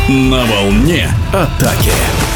На волне атаки.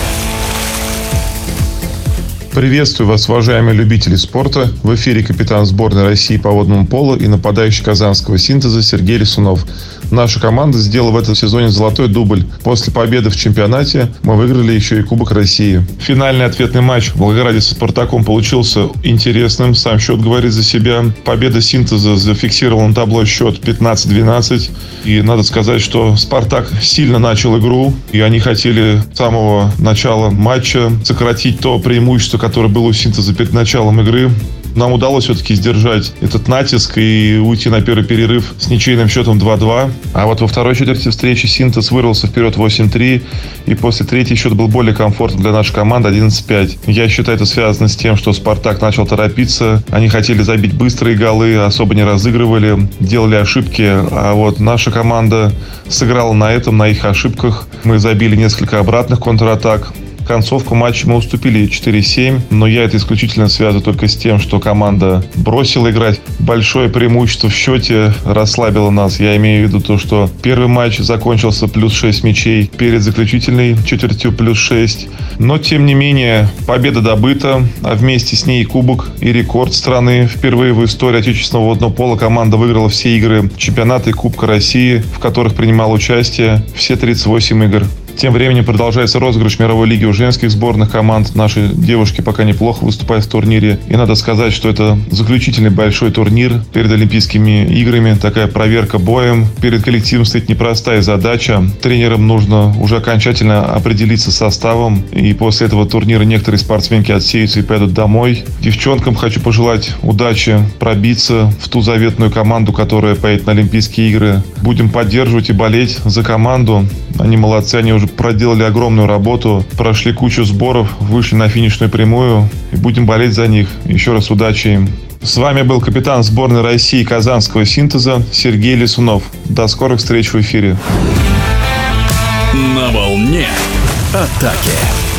Приветствую вас, уважаемые любители спорта. В эфире капитан сборной России по водному полу и нападающий казанского «Синтеза» Сергей Лисунов. Наша команда сделала в этом сезоне золотой дубль. После победы в чемпионате мы выиграли еще и Кубок России. Финальный ответный матч в Волгограде со «Спартаком» получился интересным. Сам счет говорит за себя. Победа «Синтеза» зафиксировала на табло счет 15-12. И надо сказать, что «Спартак» сильно начал игру. И они хотели с самого начала матча сократить то преимущество, которое было у «Синтеза» перед началом игры. Нам удалось все-таки сдержать этот натиск и уйти на первый перерыв с ничейным счетом 2-2. А вот во второй четверти встречи «Синтез» вырвался вперед 8-3. И после третьей счет был более комфортным для нашей команды 11-5. Я считаю, это связано с тем, что «Спартак» начал торопиться. Они хотели забить быстрые голы, особо не разыгрывали, делали ошибки. А вот наша команда сыграла на этом, на их ошибках. Мы забили несколько обратных контратак. Концовку матча мы уступили 4-7, но я это исключительно связываю только с тем, что команда бросила играть. Большое преимущество в счете расслабило нас. Я имею в виду то, что первый матч закончился плюс 6 мячей, перед заключительной четвертью плюс 6. Но, тем не менее, победа добыта, а вместе с ней и кубок, и рекорд страны. Впервые в истории отечественного водного пола команда выиграла все игры чемпионата и Кубка России, в которых принимала участие, все 38 игр. Тем временем продолжается розыгрыш мировой лиги у женских сборных команд. Наши девушки пока неплохо выступают в турнире. И надо сказать, что это заключительный большой турнир перед Олимпийскими играми. Такая проверка боем. Перед коллективом стоит непростая задача. Тренерам нужно уже окончательно определиться с составом. И после этого турнира некоторые спортсменки отсеются и поедут домой. Девчонкам хочу пожелать удачи пробиться в ту заветную команду, которая поедет на Олимпийские игры. Будем поддерживать и болеть за команду. Они молодцы, они уже проделали огромную работу, прошли кучу сборов, вышли на финишную прямую и будем болеть за них. Еще раз удачи им. С вами был капитан сборной России казанского «Синтеза» Сергей Лисунов. До скорых встреч в эфире. На волне атаки.